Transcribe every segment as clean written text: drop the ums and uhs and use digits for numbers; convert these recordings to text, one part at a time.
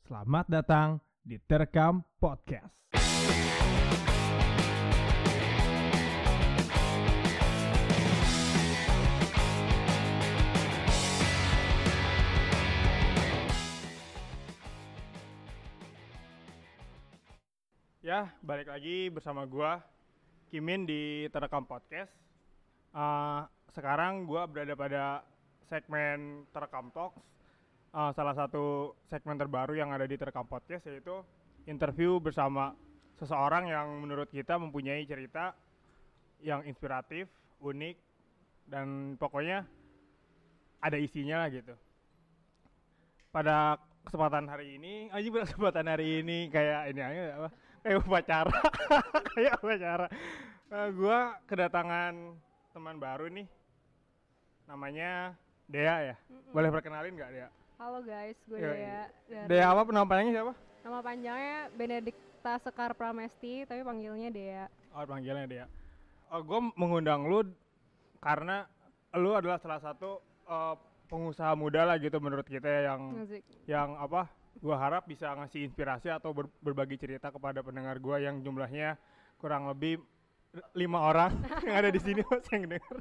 Selamat datang di Terekam Podcast. Ya, balik lagi bersama gua Kimin di Terekam Podcast. Sekarang gua berada pada segmen Terekam Talks, salah satu segmen terbaru yang ada di Terekam Podcast, yaitu interview bersama seseorang yang menurut kita mempunyai cerita yang inspiratif, unik, dan pokoknya ada isinya lah gitu. Pada kesempatan hari ini kayak ini aja apa? Kayak upacara. Kayak upacara. Gua kedatangan teman baru nih. Namanya Dea ya. Boleh perkenalin enggak, Dea? Halo guys, gue Dea. Dea apa? Nama panjangnya siapa? Nama panjangnya Benedikta Sekar Pramesti, tapi panggilnya Dea. Oh, panggilnya Dea. Gue mengundang lu karena lu adalah salah satu pengusaha muda lah gitu menurut kita yang apa? Gua harap bisa ngasih inspirasi atau berbagi cerita kepada pendengar gua yang jumlahnya kurang lebih 5 orang yang ada di sini Mas yang denger.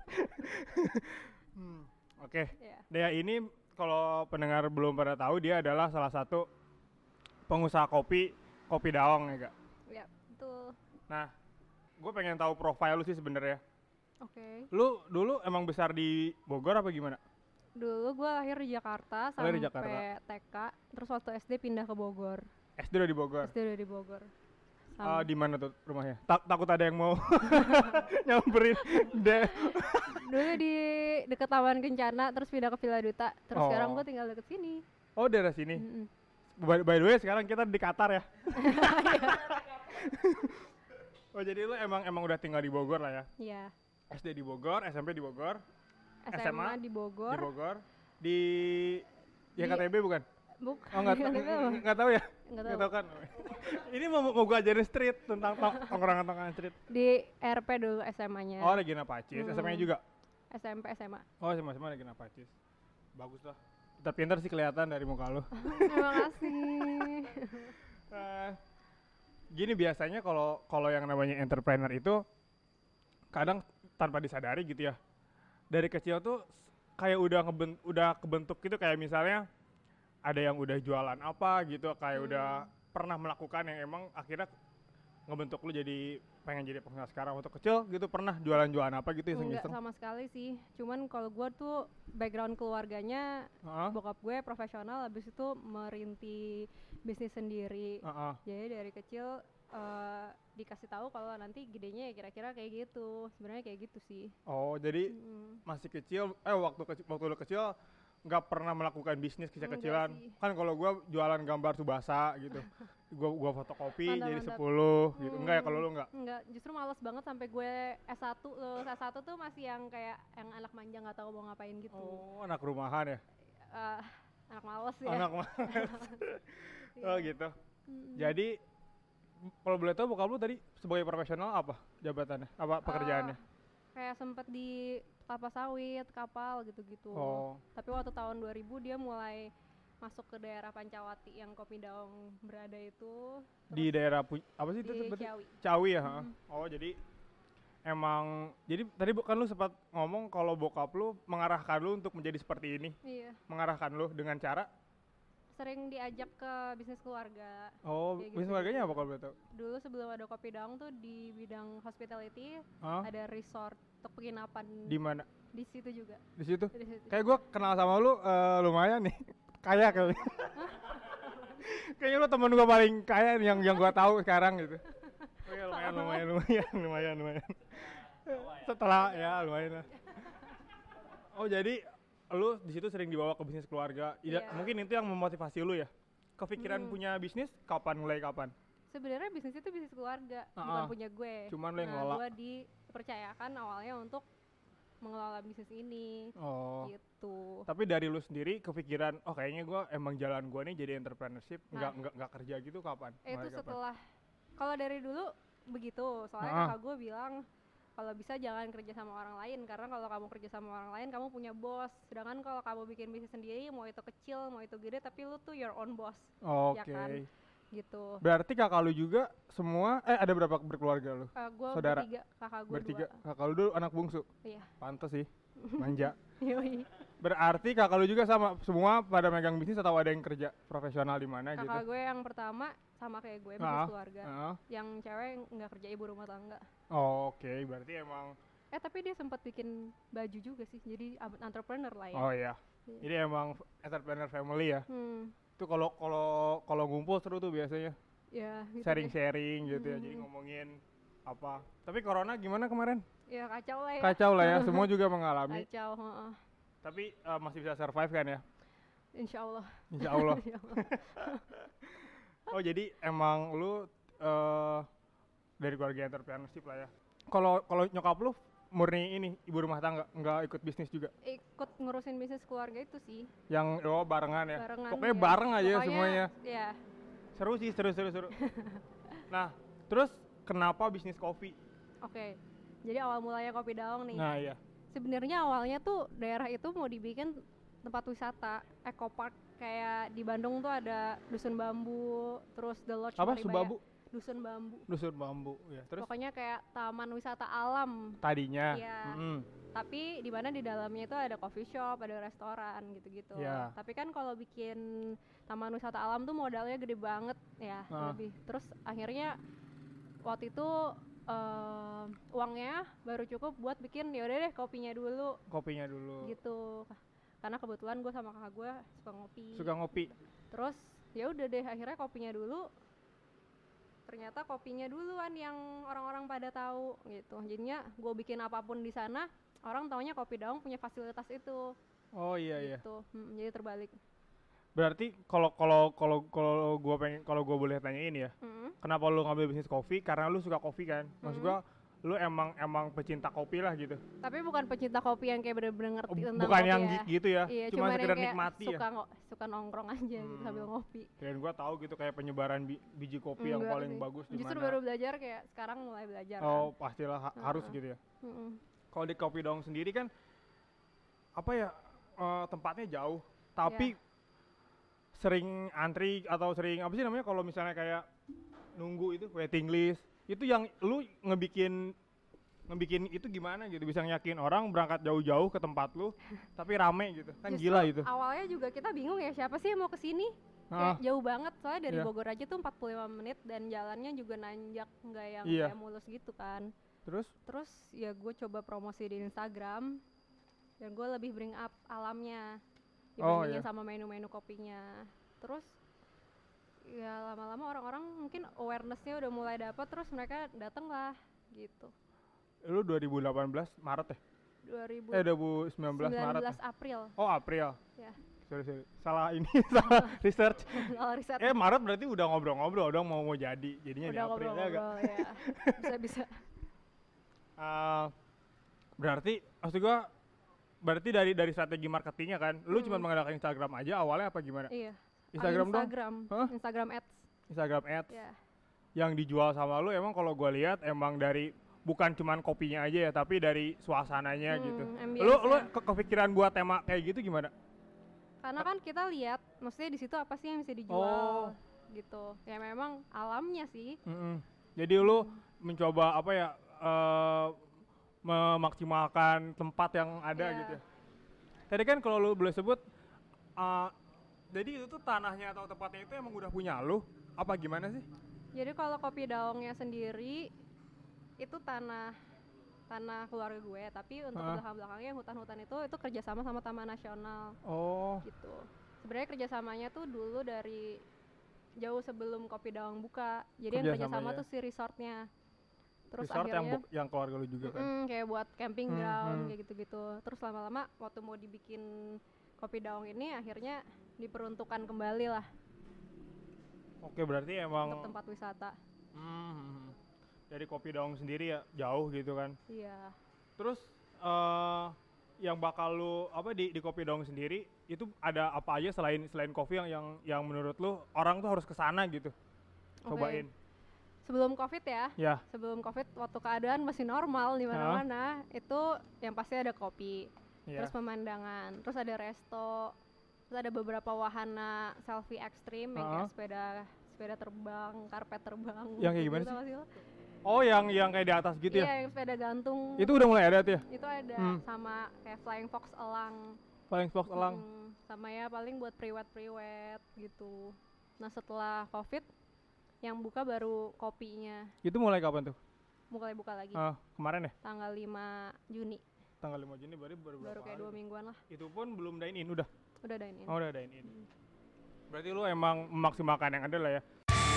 Oke. Yeah. Dea ini kalau pendengar belum pada tahu, dia adalah salah satu pengusaha kopi daong ya, Kak? Iya, betul. Nah, gue pengen tahu profil lu sih sebenarnya. Oke. Lu dulu emang besar di Bogor apa gimana? Dulu gue lahir di Jakarta sampai TK, terus waktu SD pindah ke Bogor. SD udah di Bogor? SD udah di Bogor. Di mana tuh rumahnya? Takut ada yang mau nyamperin deh. Dulu di dekat Taman Kencana, terus pindah ke Villa Duta, terus sekarang gue tinggal deket sini. Oh, daerah sini. By the way, sekarang kita di Qatar ya. Oh, jadi lu emang udah tinggal di Bogor lah ya? Iya. SD di Bogor, SMP di Bogor, SMA di Bogor. Di Bogor. Di KTB bukan? Bukan. Oh, enggak tahu ya? Enggak tahu kan. Ini mau gua ajarin street tentang tongkrongan street. Di RP dulu SMA-nya. Oh, Regina Pacis. SMA-nya juga? SMP SMA. Oh, SMA Regina Pacis. Bagus lah. Pintar sih kelihatan dari muka lu. Terima kasih. Gini biasanya kalau yang namanya entrepreneur itu kadang tanpa disadari gitu ya. Dari kecil tuh kayak udah kebentuk gitu, kayak misalnya ada yang udah jualan apa gitu, kayak udah pernah melakukan yang emang akhirnya ngebentuk lu jadi pengen jadi pengusaha sekarang. Waktu kecil gitu pernah jualan apa gitu iseng-iseng? Enggak sama sekali sih, cuman kalau gue tuh background keluarganya bokap gue profesional, habis itu merintis bisnis sendiri. Jadi dari kecil dikasih tahu kalau nanti gedenya ya kira-kira kayak gitu. Sebenarnya kayak gitu sih. Oh, jadi masih kecil, waktu lu kecil nggak pernah melakukan bisnis kecil-kecilan. Kan kalau gue jualan gambar Tsubasa gitu, gue fotokopi jadi 10 gitu. Enggak ya kalau lu enggak? Enggak, justru males banget sampai gue S1 lulus S1 tuh masih yang kayak yang anak manja nggak tahu mau ngapain gitu. Oh, anak rumahan ya? Anak males ya. Anak males. Oh gitu. Jadi kalau boleh tahu bokap lu tadi sebagai profesional apa jabatannya? Apa pekerjaannya? Kayak sempet di kelapa sawit, kapal gitu-gitu. Tapi waktu tahun 2000 dia mulai masuk ke daerah Pancawati yang kopi daong berada itu. Di daerah apa sih itu sebetulnya? Ciawi ya. Oh, jadi tadi kan lu sempat ngomong kalau bokap lu mengarahkan lu untuk menjadi seperti ini. Iya. Mengarahkan lu dengan cara sering diajak ke bisnis keluarga. Oh, bisnis keluarganya apa kalau boleh tahu? Dulu sebelum ada kopi daong tuh di bidang hospitality, ada resort untuk penginapan. Di mana? Di situ juga. Di situ? Kayak gue kenal sama lu lumayan nih. Kaya kayaknya. Kayaknya lu temen gue paling kaya nih yang gue tahu sekarang gitu. Oh ya, lumayan. Setelah ya lumayan lah. Oh, jadi lu di situ sering dibawa ke bisnis keluarga. Mungkin itu yang memotivasi lu ya. Kepikiran punya bisnis mulai kapan? Sebenarnya bisnis itu bisnis keluarga, bukan punya gue. Cuman lu yang ngelola. Gue dipercayakan awalnya untuk mengelola bisnis ini. Gitu. Tapi dari lu sendiri kepikiran, kayaknya gue emang jalan gue nih jadi entrepreneurship, nggak kerja gitu kapan? Itu setelah, kalau dari dulu begitu, soalnya kakak gue bilang kalau bisa jangan kerja sama orang lain, karena kalau kamu kerja sama orang lain kamu punya bos. Sedangkan kalau kamu bikin bisnis sendiri, mau itu kecil mau itu gede, tapi lu tuh your own boss. Oke. Ya kan? Gitu. Berarti kakak lu juga semua ada berapa berkeluarga lu? Gua saudara? bertiga, kakak gue bertiga. 2. Kakak lu dulu anak bungsu? Iya. Pantes sih, manja. Yoi. Berarti kakak lu juga sama semua pada megang bisnis atau ada yang kerja profesional di mana gitu? Kakak gue yang pertama sama kayak gue, bisnis keluarga. Yang cewek nggak kerja, ibu rumah tangga. Oke, berarti emang. Tapi dia sempat bikin baju juga sih, jadi entrepreneur lah ya. Oh iya. Jadi emang entrepreneur family ya. Itu kalau ngumpul seru tuh biasanya. Ya, gitu sharing gitu ya, jadi ngomongin apa. Tapi corona gimana kemarin? Ya kacau lah ya. Kacau lah ya, semua juga mengalami. Kacau, Tapi masih bisa survive kan ya? Insya Allah. Insya Allah. Oh jadi emang lu dari keluarga entrepreneurship lah ya. Kalau nyokap lu murni ini ibu rumah tangga, nggak ikut bisnis juga? Ikut ngurusin bisnis keluarga itu sih. Yang barengan ya? Barengan, pokoknya ya. Bareng aja Pokoknya, semuanya. Iya. Seru sih, seru. Nah, terus kenapa bisnis kopi? Oke. Jadi awal mulanya Kopi Daong nih. Nah iya. Sebenarnya awalnya tuh daerah itu mau dibikin tempat wisata, eco park, kayak di Bandung tuh ada Dusun Bambu, terus The Lodge apa Maribaya. Subabu? Dusun Bambu ya. Terus pokoknya kayak taman wisata alam tadinya. Iya. Tapi di mana di dalamnya itu ada coffee shop, ada restoran gitu-gitu. Yeah. Tapi kan kalau bikin taman wisata alam tuh modalnya gede banget ya, lebih. Terus akhirnya waktu itu uangnya baru cukup buat bikin, ya udah deh kopinya dulu gitu. Karena kebetulan gue sama kakak gue suka ngopi. Terus ya udah deh, akhirnya kopinya dulu. Ternyata kopinya duluan yang orang-orang pada tahu gitu. Jadinya gue bikin apapun di sana, orang taunya Kopi Daong punya fasilitas itu. Oh iya gitu. Jadi terbalik. Berarti kalau gue boleh tanyain ya, kenapa lu ngambil bisnis kopi? Karena lu suka kopi kan? Maksud gue, lu emang pecinta kopi lah gitu. Tapi bukan pecinta kopi yang kayak bener-bener ngerti tentang bukan kopi yang ya. gitu ya, iya, cuma sekedar nikmati ya. Suka nongkrong aja gitu sambil ngopi. Dan gue tahu gitu kayak penyebaran biji kopi yang paling bagus di mana. Justru baru belajar, kayak sekarang mulai belajar. Oh kan? Pastilah harus gitu ya. Kalau di Kopi Daong sendiri kan apa ya, tempatnya jauh, tapi sering antri atau sering apa sih namanya kalau misalnya kayak nunggu itu waiting list. Itu yang lu ngebikin itu gimana gitu, bisa yakin orang berangkat jauh-jauh ke tempat lu tapi rame gitu kan. Justru gila itu. Awalnya juga kita bingung ya, siapa sih yang mau kesini, kayak jauh banget soalnya dari Bogor aja tuh 45 menit dan jalannya juga nanjak, nggak yang kayak mulus gitu kan. Terus ya gue coba promosi di Instagram dan gue lebih bring up alamnya dibandingin sama menu-menu kopinya. Terus ya lama-lama orang-orang mungkin awareness-nya udah mulai dapat, terus mereka dateng lah gitu. Lu 2018 Maret ya? 2019 Maret. 19 April. Oh April. Ya. Sorry. Salah ini, salah research. Riset. Maret berarti udah ngobrol-ngobrol dong mau jadi. Jadinya udah di April ya. Bisa. Berarti maksud gua dari strategi marketingnya kan, lu cuma mengandalkan Instagram aja awalnya apa gimana? Iya. Instagram dong? Instagram Ads. Instagram Ads. Yeah. Yang dijual sama lu emang kalau gua lihat emang dari bukan cuman kopinya aja ya, tapi dari suasananya gitu. Lu kepikiran buat tema kayak gitu gimana? Karena kan kita lihat, maksudnya di situ apa sih yang bisa dijual gitu. Ya memang alamnya sih. Jadi lu mencoba apa ya, memaksimalkan tempat yang ada gitu ya. Tadi kan kalau lu boleh sebut, jadi itu tuh tanahnya atau tempatnya itu emang udah punya lu apa gimana sih? Jadi kalau Kopi Daongnya sendiri itu tanah keluarga gue, tapi untuk belakang-belakangnya hutan-hutan itu kerjasama sama Taman Nasional. Gitu. Sebenarnya kerjasamanya tuh dulu dari jauh sebelum Kopi Daong buka. Jadi yang kerjasama tuh si resortnya. Terus resort akhirnya yang keluarga lu juga kan? Kayak buat camping ground kayak gitu-gitu. Terus lama-lama waktu mau dibikin Kopi Daong ini akhirnya diperuntukkan kembali lah. Oke, berarti emang untuk tempat wisata. Dari Kopi Daong sendiri ya jauh gitu kan? Iya. Terus yang bakal lu apa di Kopi Daong sendiri itu ada apa aja selain kopi yang menurut lu orang tuh harus kesana gitu? Cobain. Sebelum COVID ya. Ya. Sebelum COVID waktu keadaan masih normal di mana-mana, itu yang pasti ada kopi. Terus pemandangan, terus ada resto, terus ada beberapa wahana selfie ekstrim yang kayak sepeda terbang, karpet terbang. Yang kayak gimana sih? Oh, yang kayak di atas gitu ya? Iya, yang sepeda gantung. Itu udah mulai ada tuh ya? Itu ada, sama kayak flying fox elang. Flying fox elang. Sama ya paling buat priwet gitu. Nah setelah COVID, yang buka baru kopinya. Itu mulai kapan tuh? Mulai buka lagi. Kemarin ya? Tanggal 5 Juni. Tanggal 5 Juni baru kayak 2 mingguan lah. Itu pun belum dine in udah? Udah dine in. Oh, udah dine in. Berarti lu emang memaksimalkan yang ada lah ya?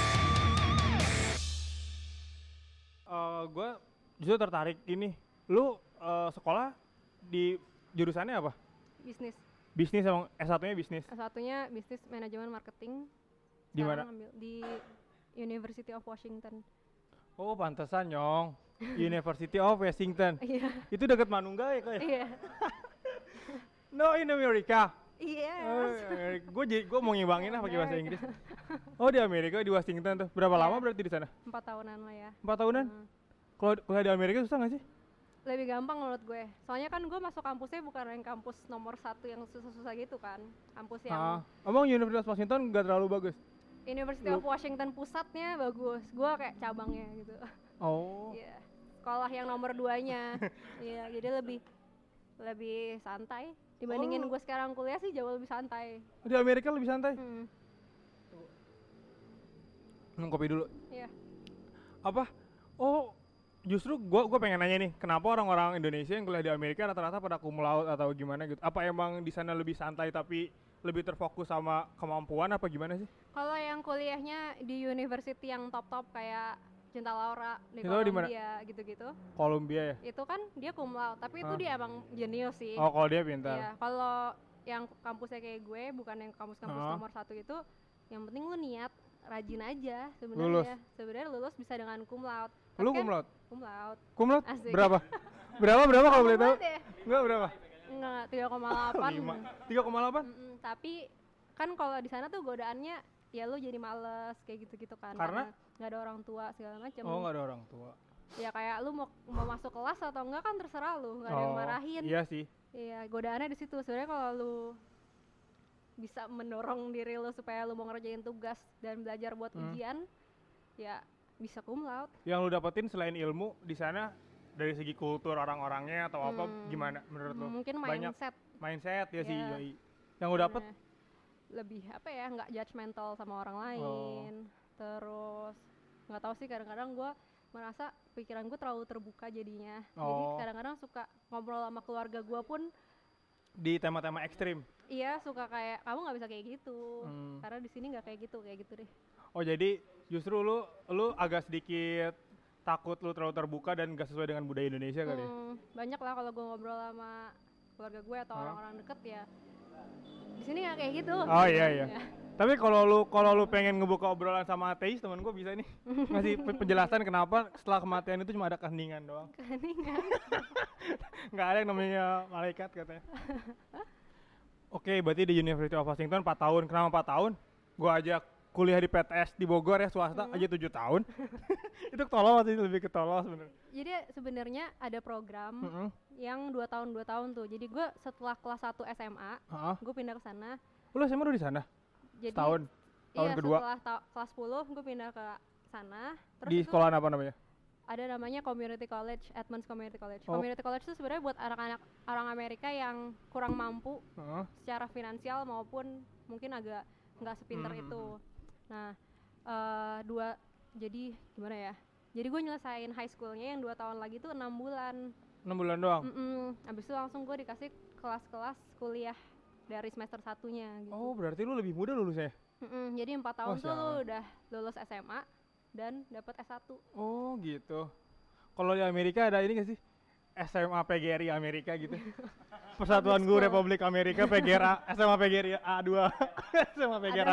Gue justru tertarik ini. Lu sekolah di jurusannya apa? Bisnis. Bisnis emang S1-nya bisnis? S1-nya bisnis manajemen marketing. Di mana? Di University of Washington. Oh, pantesan Nyong. University of Washington. Iya. Itu dekat Manunggal ya kok ya? Iya. No, in America. Yes. Gue mau ngimbangin pakai bahasa Inggris. Oh, di Amerika, di Washington tuh. Berapa lama berarti di sana? 4 tahunan lah ya. 4 tahunan? Kalau kuliah di Amerika susah nggak sih? Lebih gampang menurut gue. Soalnya kan gue masuk kampusnya bukan yang kampus nomor 1 yang susah-susah gitu kan. Kampus yang emang Universitas Washington nggak terlalu bagus? University of Washington pusatnya bagus. Gue kayak cabangnya gitu. Oh. Iya. Sekolah yang nomor 2-nya. Iya, jadi lebih santai. Dibandingin gue sekarang kuliah sih jauh lebih santai. Di Amerika lebih santai? Minum kopi dulu. Iya. Apa? Oh, justru gue pengen nanya nih, kenapa orang-orang Indonesia yang kuliah di Amerika rata-rata pada cum laude atau gimana gitu? Apa emang di sana lebih santai tapi lebih terfokus sama kemampuan apa gimana sih? Kalau yang kuliahnya di university yang top-top kayak Cinta Laura di Columbia gitu-gitu. Columbia ya? Itu kan dia cum laude, tapi itu dia emang jenius sih. Oh, kalau dia pintar. Iya, kalau yang kampusnya kayak gue, bukan yang kampus-kampus nomor 1 itu, yang penting lu niat, rajin aja sebenarnya. Sebenarnya lulus bisa dengan cum laude. Lu cum laude? Cum laude. Cum laude? Berapa? berapa kalau boleh tahu? Enggak berapa? Enggak, 3,8. 3,8? Tapi kan kalau di sana tuh godaannya ya lu jadi males kayak gitu-gitu kan. Karena nggak ada orang tua segala macam. Oh, nggak ada orang tua. Ya kayak lu mau masuk kelas atau enggak kan terserah lu, nggak ada yang marahin. Iya sih. Iya, godaannya di situ. Sebenarnya kalau lu bisa mendorong diri lu supaya lu mau ngerjain tugas dan belajar buat ujian, ya bisa cum laude. Yang lu dapetin selain ilmu di sana dari segi kultur orang-orangnya atau apa gimana menurut lu? Mungkin mindset ya sih. Yang lu dapet lebih apa ya, nggak judgmental sama orang lain. Terus nggak tahu sih, kadang-kadang gue merasa pikiran gue terlalu terbuka jadinya. Jadi kadang-kadang suka ngobrol sama keluarga gue pun di tema-tema ekstrim. Iya, suka kayak kamu nggak bisa kayak gitu. Karena di sini nggak kayak gitu deh. Oh, jadi justru lu agak sedikit takut lu terlalu terbuka dan gak sesuai dengan budaya Indonesia kali ya? Banyak lah kalau gue ngobrol sama keluarga gue atau orang-orang deket ya. Di sini nggak kayak gitu. Oh iya. Tapi kalau lu pengen ngebuka obrolan sama ateis, temen gue bisa nih ngasih penjelasan kenapa setelah kematian itu cuma ada keheningan doang. Keheningan. Nggak ada yang namanya malaikat katanya. Oke, berarti di University of Washington 4 tahun. Kenapa 4 tahun? Gue ajak kuliah di PTS di Bogor ya, swasta aja 7 tahun. Itu ketolol sih, lebih ketolol sebenarnya. Jadi sebenarnya ada program yang 2 tahun tuh. Jadi gue setelah kelas 1 SMA, gue pindah ke sana. Lu SMA udah di sana? Jadi, tahun kedua? Setelah kelas 10 gue pindah ke sana. Terus di sekolah apa namanya? Ada namanya Community College, Edmonds Community College. Community College itu sebenarnya buat anak-anak orang Amerika yang kurang mampu secara finansial maupun mungkin agak nggak sepinter itu. Nah, jadi gimana ya? Jadi gue nyelesain high schoolnya yang 2 tahun lagi tuh 6 bulan. 6 bulan doang? Abis itu langsung gue dikasih kelas-kelas kuliah dari semester 1-nya gitu. Oh, berarti lu lebih muda lulusnya? Jadi 4 tahun tuh lu udah lulus SMA dan dapat S1. Oh gitu. Kalau di Amerika ada ini gak sih? SMA PGRI Amerika gitu. Persatuan Guru Republik Amerika PGRA, SMA PGRI A2. SMA PGRA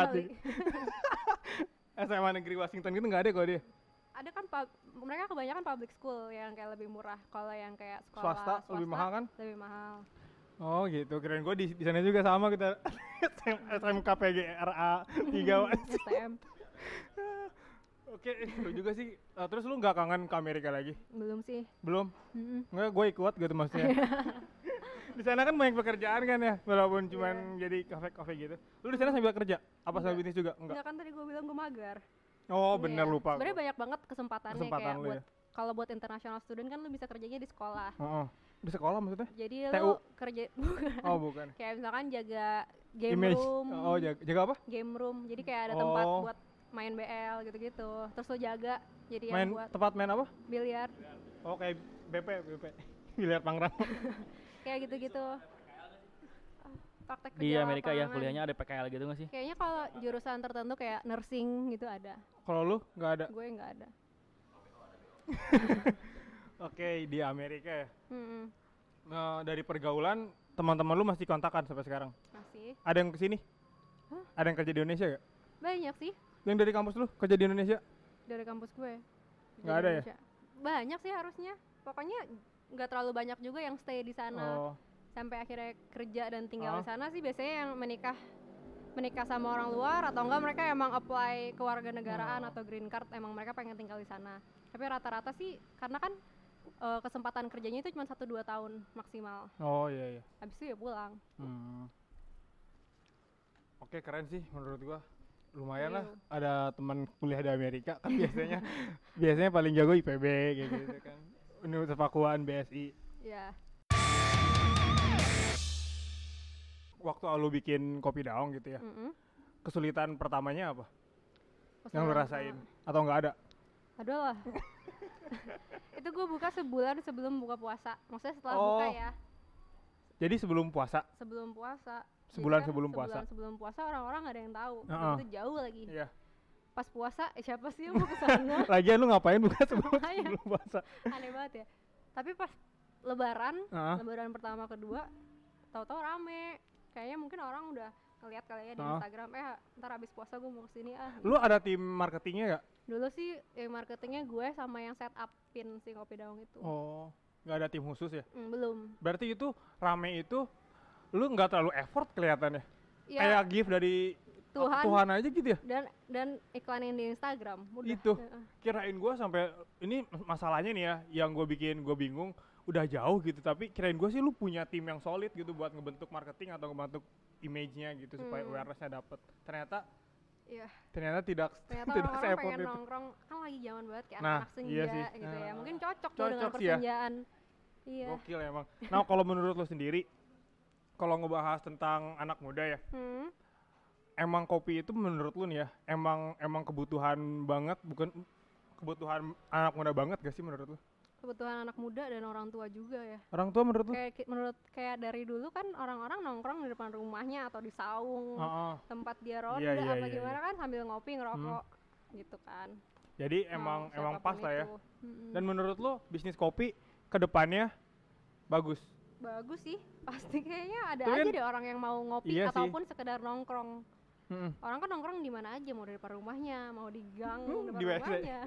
SMA Negeri Washington gitu nggak ada kok dia? Ada kan, mereka kebanyakan public school yang kayak lebih murah. Kalau yang kayak sekolah swasta lebih mahal kan? Lebih mahal. Oh gitu, keren. Gue di sana juga sama kita. SMK PGRA 3 STM. Oke, seru juga sih. Terus lu nggak kangen ke Amerika lagi? Belum sih. Belum? Nggak, gue ikut gitu maksudnya. Di sana kan banyak pekerjaan kan ya, walaupun cuman jadi kafe-kafe gitu. Lu di sana sambil kerja? Apa sambil bisnis juga? Enggak kan tadi gue bilang gue magar. Oh bener, lupa. Sebenarnya banyak banget kesempatannya kayak buat kalau buat international student kan lu bisa kerjanya di sekolah. Di sekolah maksudnya? Jadi lu kerja bukan. Oh bukan. Kayak misalkan jaga game room. Oh jaga apa? Game room. Jadi kayak ada tempat buat main BL gitu-gitu. Terus lu jaga jadi yang buat tempat main apa? Biliar. Oh kayak BP. Biliar Tangerang. Kayak gitu-gitu. Praktek di Amerika ya kuliahnya ada PKL gitu nggak sih? Kayaknya kalau jurusan tertentu kayak nursing gitu ada. Kalau lu nggak ada? Gue nggak ada. Oke, di Amerika ya. Nah, dari pergaulan teman-teman lu masih kontakan sampai sekarang? Masih. Ada yang kesini? Ada yang kerja di Indonesia gak? Banyak sih. Yang dari kampus lu kerja di Indonesia? Dari kampus gue. Nggak ada ya? Banyak sih harusnya. Pokoknya nggak terlalu banyak juga yang stay di sana. Sampai akhirnya kerja dan tinggal di sana sih biasanya yang menikah sama orang luar atau enggak mereka emang apply kewarganegaraan atau green card, emang mereka pengen tinggal di sana. Tapi rata-rata sih karena kan kesempatan kerjanya itu cuma 1-2 tahun maksimal. Oh iya. Habis itu ya pulang. Oke, keren sih menurut gua. Lumayan lah ada teman kuliah di Amerika kan biasanya paling jago IPB kayak gitu kan. Universitas Pakuan, BSI. Iya. Waktu lu bikin kopi daong gitu ya, kesulitan pertamanya apa? Yang lu rasain? Atau nggak ada? Ada lah. Itu gue buka sebulan sebelum buka puasa. Maksudnya setelah buka ya. Jadi sebelum puasa? Sebelum puasa. Sebelum puasa? Sebelum puasa orang-orang nggak ada yang tahu. Itu jauh lagi. Iya. Pas puasa, siapa sih yang mau kesana? Lagian lu ngapain buka sebelum puasa? Aneh banget ya. Tapi pas lebaran pertama kedua, tahu-tahu rame. Kayaknya mungkin orang udah ngeliat kali ya di Instagram, ntar abis puasa gue mau kesini gitu. Lu ada tim marketingnya gak? Dulu sih yang marketingnya gue sama yang set upin si kopi daong itu. Oh, gak ada tim khusus ya? Belum. Berarti itu rame itu, lu gak terlalu effort kelihatannya? Ya, kayak gift dari Tuhan aja gitu ya? Dan iklanin di Instagram, udah. Itu, kirain gue sampai, ini masalahnya nih ya, yang gue bingung, udah jauh gitu, tapi kirain gue sih lu punya tim yang solid gitu buat ngebentuk marketing atau ngebentuk image-nya gitu supaya awareness-nya dapet. Ternyata tidak orang se-effort pengen itu. Nongkrong, kan lagi zaman banget kayak anak senja iya gitu ya. Mungkin cocok tuh dengan persenjaan. Iya. Gokil emang. Nah, kalau menurut lu sendiri, kalau ngebahas tentang anak muda ya, emang kopi itu menurut lu nih ya, emang kebutuhan banget, bukan kebutuhan anak muda banget gak sih menurut lu? Kebutuhan anak muda dan orang tua juga ya. Orang tua menurut lu? Kayak dari dulu kan orang-orang nongkrong di depan rumahnya atau di saung, tempat dia ronda gimana kan sambil ngopi ngerokok gitu kan. Jadi emang pas lah ya. Dan menurut lu bisnis kopi ke depannya bagus? Bagus sih, pasti kayaknya ada aja deh orang yang mau ngopi ataupun sekedar nongkrong. Orang kan nongkrong di mana aja, mau di depan rumahnya, mau di gang depan rumahnya,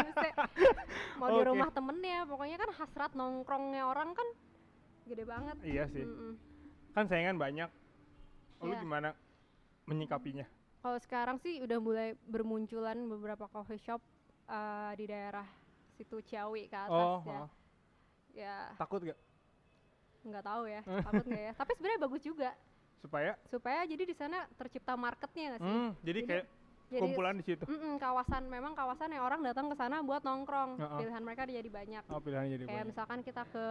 mau di rumah temennya, pokoknya kan hasrat nongkrongnya orang kan gede banget. Iya sih, kan saingan banyak. Lu gimana menyikapinya? Kalau sekarang sih udah mulai bermunculan beberapa coffee shop di daerah situ Ciawi ke atas ya. Takut gak? Nggak tahu ya, takut nggak ya? Tapi sebenarnya bagus juga. Supaya jadi di sana tercipta marketnya nggak sih? Jadi kayak kumpulan di situ. Kawasan yang orang datang ke sana buat nongkrong. Pilihan mereka jadi banyak. Pilihannya jadi kayak banyak. Misalkan kita ke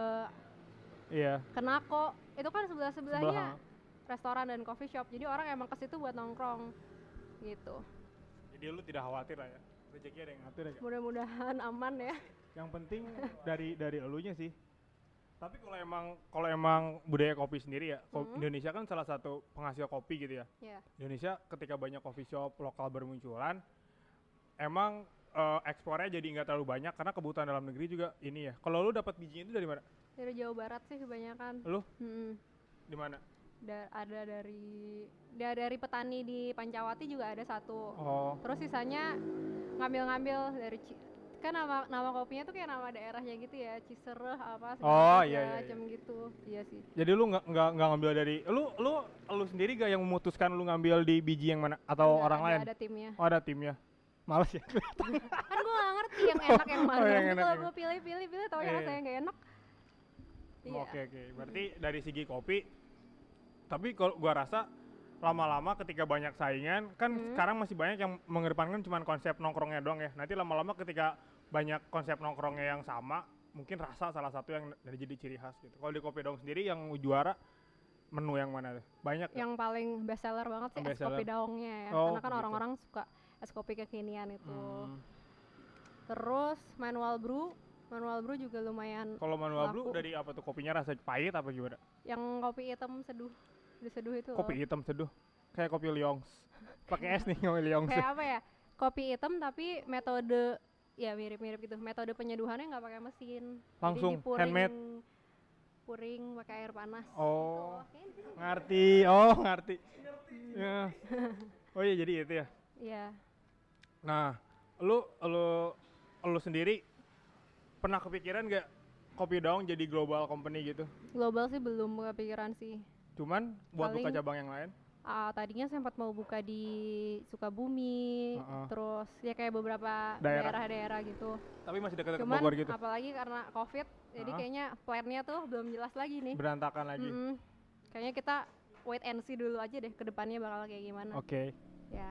Nako, itu kan sebelahnya restoran dan coffee shop. Jadi orang emang ke situ buat nongkrong gitu. Jadi lu tidak khawatir lah ya. Rezeki ada yang ngatur ya. Mudah-mudahan aman ya. Yang penting dari elunya sih. Tapi kalau emang budaya kopi sendiri ya, Indonesia kan salah satu penghasil kopi gitu ya. Indonesia ketika banyak coffee shop lokal bermunculan, emang ekspornya jadi nggak terlalu banyak karena kebutuhan dalam negeri juga ini ya. Kalau lu dapat bijinya itu dari mana? Dari Jawa Barat sih kebanyakan. Lu? Di mana? Ada dari petani di Pancawati juga ada satu. Terus sisanya ngambil dari kan nama kopinya tuh kayak nama daerahnya gitu ya, Cisereh apa macam gitu. Iya sih. Jadi lu nggak ngambil dari lu sendiri gak yang memutuskan lu ngambil di biji yang mana atau orang lain? Ada timnya. Ada timnya. Males ya? Kan gue gak ngerti yang enak yang mana. Kalau gue pilih taunya rasanya gak enak. Oke. Berarti dari segi kopi, tapi kalau gue rasa lama-lama ketika banyak saingan, kan sekarang masih banyak yang mengedepankan cuma konsep nongkrongnya doang ya. Nanti lama-lama ketika banyak konsep nongkrongnya yang sama, mungkin rasa salah satu yang jadi ciri khas gitu. Kalau di Kopi Daong sendiri yang juara menu yang mana tuh? Banyak. Yang paling best seller banget sih es kopi daongnya ya. Karena kan orang-orang suka es kopi kekinian itu. Terus manual brew juga lumayan. Kalau manual brew dari apa tuh? Kopinya rasa pahit apa gimana? Yang kopi hitam seduh, diseduh itu. Kopi hitam seduh, kayak kopi Lyongs. Pakai es nih kopi Lyongs. Kayak apa ya? Kopi hitam tapi metode ya mirip-mirip gitu. Metode penyeduhannya nggak pakai mesin. Langsung handmade. Puring pakai air panas. Oh, gitu. ngerti. Ya. Oh iya, jadi itu ya. Iya. Nah, lu sendiri pernah kepikiran gak Kopi Daong jadi global company gitu? Global sih belum kepikiran sih. Cuman buat buka cabang yang lain? Tadinya sempat mau buka di Sukabumi, terus ya kayak beberapa daerah-daerah gitu. Tapi masih dekat-dekat Bogor gitu? Apalagi karena COVID, jadi kayaknya plan-nya tuh belum jelas lagi nih. Berantakan lagi? Kayaknya kita wait and see dulu aja deh, ke depannya bakal kayak gimana. Oke. Ya.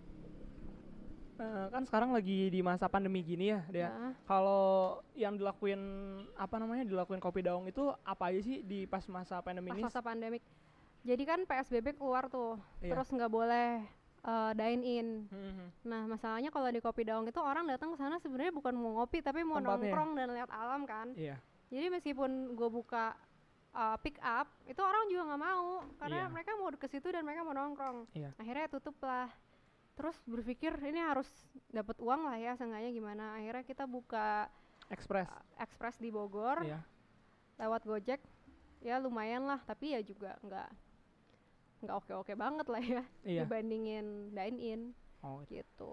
Kan sekarang lagi di masa pandemi gini ya, dia. Kalau yang dilakuin Kopi Daong itu apa aja sih di pas masa pandemi ini? Masa pandemik. Jadi kan PSBB keluar tuh, terus nggak boleh dine in. Nah masalahnya kalau di Kopi Daong itu orang datang ke sana sebenarnya bukan mau ngopi tapi mau nongkrong dan lihat alam kan. Jadi meskipun gue buka pick up, itu orang juga nggak mau karena mereka mau ke situ dan mereka mau nongkrong. Akhirnya tutup lah. Terus berpikir ini harus dapat uang lah ya, seenggaknya gimana. Akhirnya kita buka Express di Bogor, lewat Gojek. Ya lumayan lah, tapi ya juga nggak oke banget lah ya dibandingin dine in gitu.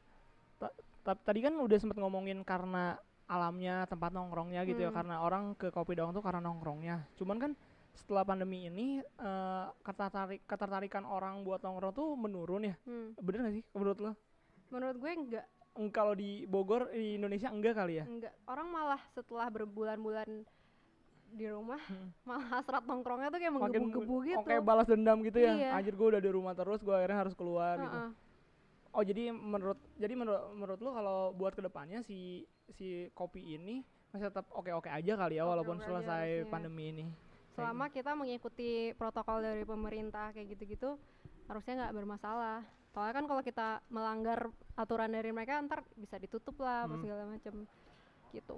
Tadi kan udah sempet ngomongin karena alamnya, tempat nongkrongnya gitu ya, karena orang ke Kopi Daong tuh karena nongkrongnya. Cuman kan setelah pandemi ini ketertarikan orang buat nongkrong tuh menurun ya. Bener gak sih menurut lo? Menurut gue enggak. Kalau di Bogor, di Indonesia enggak kali ya? Enggak, orang malah setelah berbulan-bulan di rumah malah hasrat nongkrongnya tuh kayak menggebu-gebu gitu. Kayak balas dendam gitu ya. Anjir, gue udah di rumah terus, gue akhirnya harus keluar gitu. Oh jadi menurut lo kalau buat kedepannya si kopi ini masih tetap oke aja kali ya, walaupun selesai pandemi ini. Selama kita mengikuti protokol dari pemerintah kayak gitu-gitu, harusnya nggak bermasalah. Soalnya kan kalau kita melanggar aturan dari mereka, ntar bisa ditutup lah, apa segala macam gitu.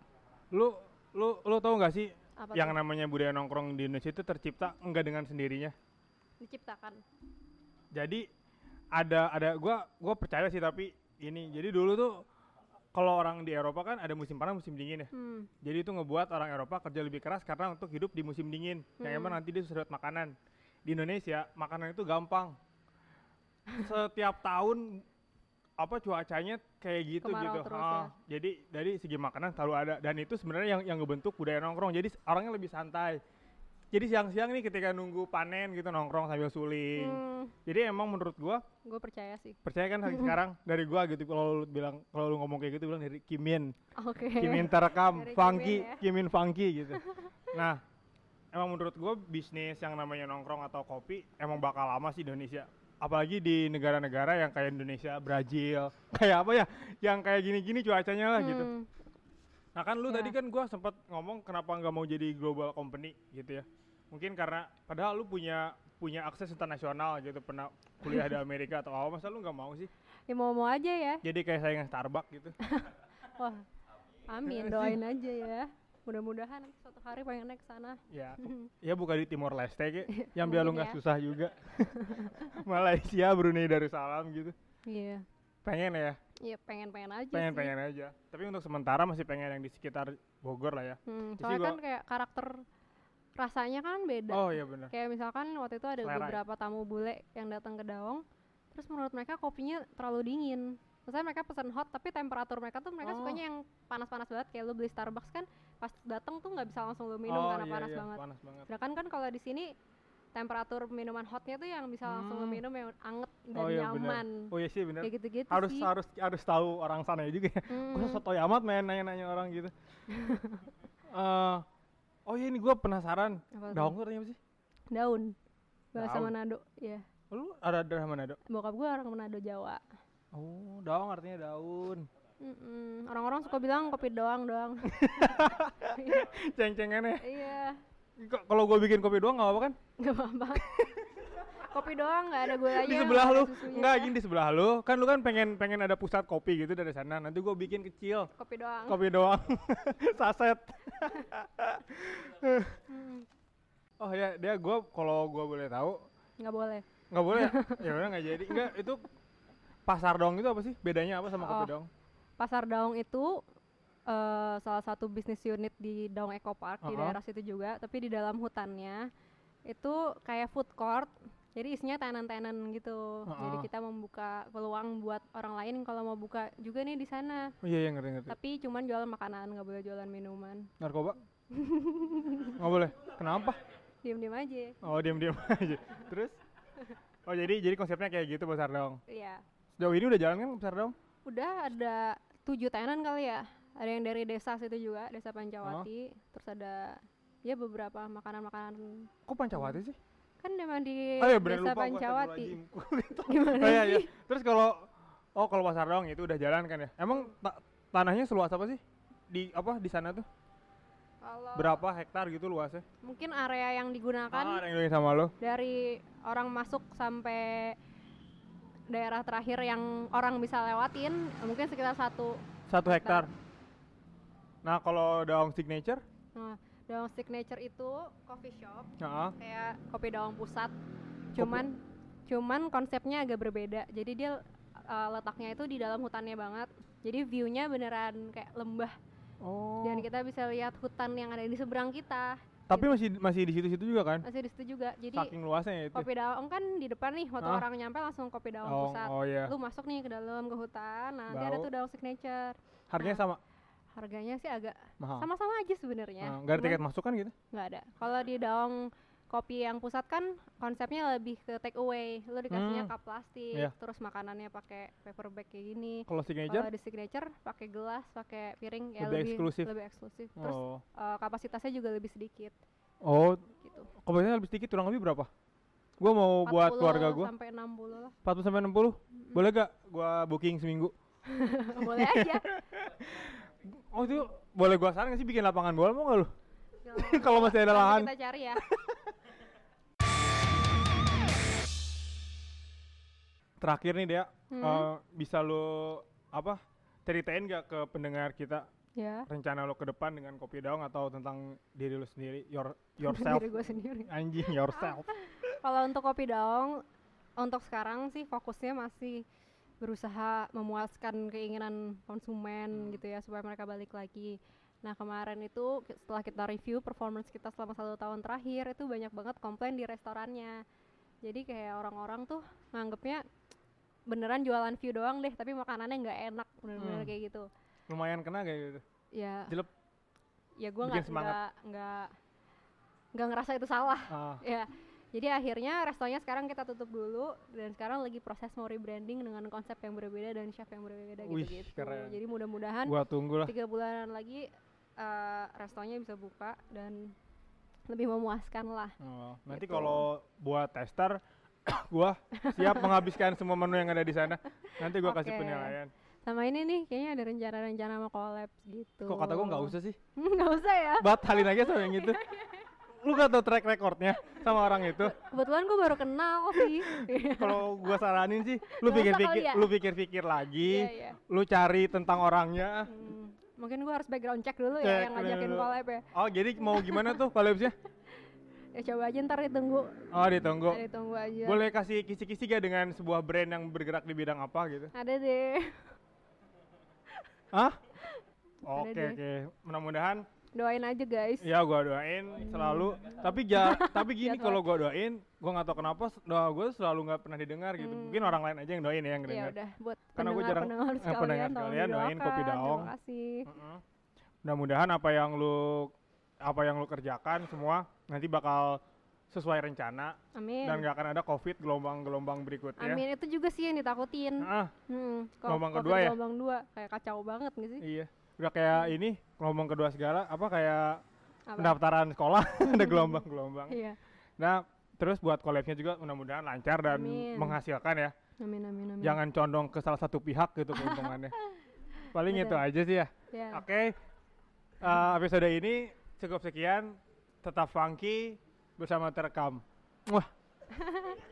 Lu tahu nggak sih apa yang namanya budaya nongkrong di Indonesia itu tercipta enggak dengan sendirinya? Diciptakan. Jadi ada gua percaya sih, tapi ini jadi dulu tuh kalau orang di Eropa kan ada musim panas, musim dingin ya. Jadi itu ngebuat orang Eropa kerja lebih keras karena untuk hidup di musim dingin. Yang emang nanti dia susah dapat makanan. Di Indonesia makanan itu gampang. Setiap tahun cuacanya kayak gitu. Terus, ya. Jadi dari segi makanan selalu ada, dan itu sebenarnya yang ngebentuk budaya nongkrong. Jadi orangnya lebih santai. Jadi siang-siang nih ketika nunggu panen gitu nongkrong sambil suling. Jadi emang menurut gua percaya sih. Percaya kan sekarang dari gua gitu, kalau lu ngomong kayak gitu bilang dari Kimin. Kimin terekam funky, Kimin funky gitu. Nah, emang menurut gua bisnis yang namanya nongkrong atau kopi emang bakal lama sih di Indonesia. Apalagi di negara-negara yang kayak Indonesia, Brazil, kayak apa ya, yang kayak gini-gini cuacanya lah gitu. Nah kan lu tadi kan gua sempat ngomong kenapa nggak mau jadi global company gitu ya. Mungkin karena padahal lu punya akses internasional gitu, pernah kuliah di Amerika atau apa, masa lu nggak mau sih? Ya mau aja ya. Jadi kayak saingan Starbucks gitu. Wah, amin, doain aja ya. Mudah-mudahan suatu hari pengen naik ke sana. Ya buka di Timor Leste yang biar lu nggak susah juga. Malaysia, Brunei Darussalam gitu. Iya. Pengen ya? Iya, pengen aja. Pengen aja. Tapi untuk sementara masih pengen yang di sekitar Bogor lah ya. Soalnya kan kayak karakter rasanya kan beda. Oh iya benar. Kayak misalkan waktu itu ada beberapa tamu bule yang datang ke Daong, terus menurut mereka kopinya terlalu dingin. Maksudnya mereka pesan hot, tapi temperatur mereka tuh sukanya yang panas-panas banget. Kayak lu beli Starbucks kan pas datang tuh nggak bisa langsung lu minum karena panas banget. Sedangkan kan kalau di sini temperatur minuman hotnya tuh yang bisa langsung minum yang anget dan nyaman. Bener. Oh iya sih bener. Kayak gitu-gitu harus sih. harus tahu orang sana juga ya. Gue sotoy amat main nanya-nanya orang gitu. Oh iya ini gue penasaran. Daun tuh artinya apa sih? Daun. Bahasa Manado, ya. Lu ada daerah Manado? Bokap gue orang Manado, Jawa. Oh, daun artinya daun. Orang-orang suka bilang kopi doang. Ceng-cengannya. Iya. Kalau gue bikin kopi doang nggak apa-apa kan? Nggak apa-apa. Kopi doang nggak ada gulanya. Di sebelah lu, nggak gini di sebelah lu. Kan lu kan pengen ada pusat kopi gitu dari sana. Nanti gue bikin kecil. Kopi doang. Kopi doang. Saset. Oh ya, dia kalau gue boleh tahu. Nggak boleh. Nggak boleh. Ya udah nggak jadi. Enggak itu pasar daung itu apa sih? Bedanya apa sama kopi daung? Pasar daung itu salah satu bisnis unit di Daung Eco Park di daerah situ juga, tapi di dalam hutannya itu kayak food court, jadi isinya tenan-tenan gitu. Jadi kita membuka peluang buat orang lain kalau mau buka juga nih di sana. Oh iya ngerti. Tapi cuman jualan makanan, nggak boleh jualan minuman. Narkoba? Nggak boleh. Kenapa? Diam-diam aja. Oh diam-diam aja. Terus? Oh jadi konsepnya kayak gitu pasar daung. Iya. Sejauh ini udah jalan kan pasar daung? Udah ada 7 tenan kali ya. Ada yang dari desa situ juga, desa Pancawati. Terus ada ya beberapa makanan-makanan. Kok Pancawati sih? Kan memang di iya, desa Pancawati. Gimana sih? Iya. Terus kalau pasar daung itu udah jalan kan ya? Emang tanahnya seluas apa sih? Di sana tuh? Berapa hektar gitu luasnya? Mungkin area yang digunakan ada yang sama lo? Dari orang masuk sampai daerah terakhir yang orang bisa lewatin mungkin sekitar 1 hektar. Nah kalau daung signature? Nah, daung signature itu coffee shop, kayak kopi daung pusat. Cuman konsepnya agak berbeda. Jadi dia letaknya itu di dalam hutannya banget. Jadi view-nya beneran kayak lembah. Dan kita bisa lihat hutan yang ada di seberang kita. Tapi masih di situ-situ juga kan? Masih di situ juga. Jadi saking luasnya ya itu. Kopi daung kan di depan nih, waktu orang nyampe langsung kopi daung pusat. Iya. Lu masuk nih ke dalam ke hutan, nanti ada tuh daung signature. Harganya sama? Harganya sih agak mahal. Sama-sama aja sebenarnya. Nggak ada tiket masuk kan gitu? Nggak ada. Kalau di daung kopi yang pusat kan konsepnya lebih ke take away. Lu dikasihnya cup plastik, terus makanannya pakai paper bag kayak gini. Kalau di signature pakai gelas, pakai piring ya lebih eksklusif. Terus kapasitasnya juga lebih sedikit. Oh. Gitu. Kapasitasnya lebih sedikit, kurang lebih berapa? Gua mau buat keluarga gua. 40 sampai 60 lah. 40 sampai 60? Boleh gak gua booking seminggu? Boleh aja. Oh itu boleh gua saran gak sih bikin lapangan bola mau gak lu? Kalau masih ada lahan. Kita cari ya. Terakhir nih Dea, bisa lu ceritain gak ke pendengar kita rencana lo ke depan dengan kopi daung atau tentang diri lu sendiri, yourself? Diri gue sendiri. Anjing, yourself. Kalau untuk kopi daung, untuk sekarang sih fokusnya masih berusaha memuaskan keinginan konsumen gitu ya, supaya mereka balik lagi. Nah kemarin itu setelah kita review performance kita selama 1 tahun terakhir, itu banyak banget komplain di restorannya. Jadi kayak orang-orang tuh nganggepnya beneran jualan view doang deh, tapi makanannya nggak enak, bener-bener kayak gitu. Lumayan kena kayak gitu. Ya. Jelek. Ya gue nggak ngerasa itu salah. Ya. Jadi akhirnya restonya sekarang kita tutup dulu, dan sekarang lagi proses mau rebranding dengan konsep yang berbeda dan chef yang berbeda gitu. Keren. Jadi mudah-mudahan 3 bulanan lagi restonya bisa buka dan lebih memuaskan lah. Nanti kalau buat tester, gua siap menghabiskan semua menu yang ada di sana. Nanti gua kasih penilaian. Sama ini nih, kayaknya ada rencana-rencana mau collab gitu. Kok kata gua nggak usah sih? Nggak usah ya? Batalin aja sama yang itu. Lu gak tau track recordnya sama orang itu? Kebetulan gue baru kenal sih. Kalau gue saranin sih, lu pikir-pikir lagi, lu cari tentang orangnya. Mungkin gue harus background check dulu ya yang ngajakin collab ya. Oh jadi mau gimana tuh collabsnya? Ya coba aja ntar ditunggu. Oh ditunggu. Ditunggu aja. Boleh kasih kisi-kisi gak dengan sebuah brand yang bergerak di bidang apa gitu? Ada deh. Hah? Oke. Mudah-mudahan doain aja guys. Ya gua doain selalu. Tapi gini kalau gua doain, gua nggak tahu kenapa doa gua selalu nggak pernah didengar gitu. Mungkin orang lain aja yang doain ya yang dengar. Ya udah buat karena gua jarang pendengar sekalian doain kopi daung. Terima kasih. Mudah-mudahan apa yang lu kerjakan semua nanti bakal sesuai rencana. Amin. Dan nggak akan ada COVID gelombang-gelombang berikutnya. Amin, itu juga sih yang ditakutin. Gelombang COVID kedua ya? Gelombang 2, kayak kacau banget gak sih? Iya, udah kayak ini gelombang kedua segala, kayak pendaftaran sekolah ada gelombang-gelombang. Iya. Nah, terus buat collabnya juga mudah-mudahan lancar dan menghasilkan ya. Amin. Jangan condong ke salah satu pihak gitu keuntungannya. Paling itu aja sih ya. Oke. Episode ini cukup sekian. Tetap funky bersama Terekam. Wah.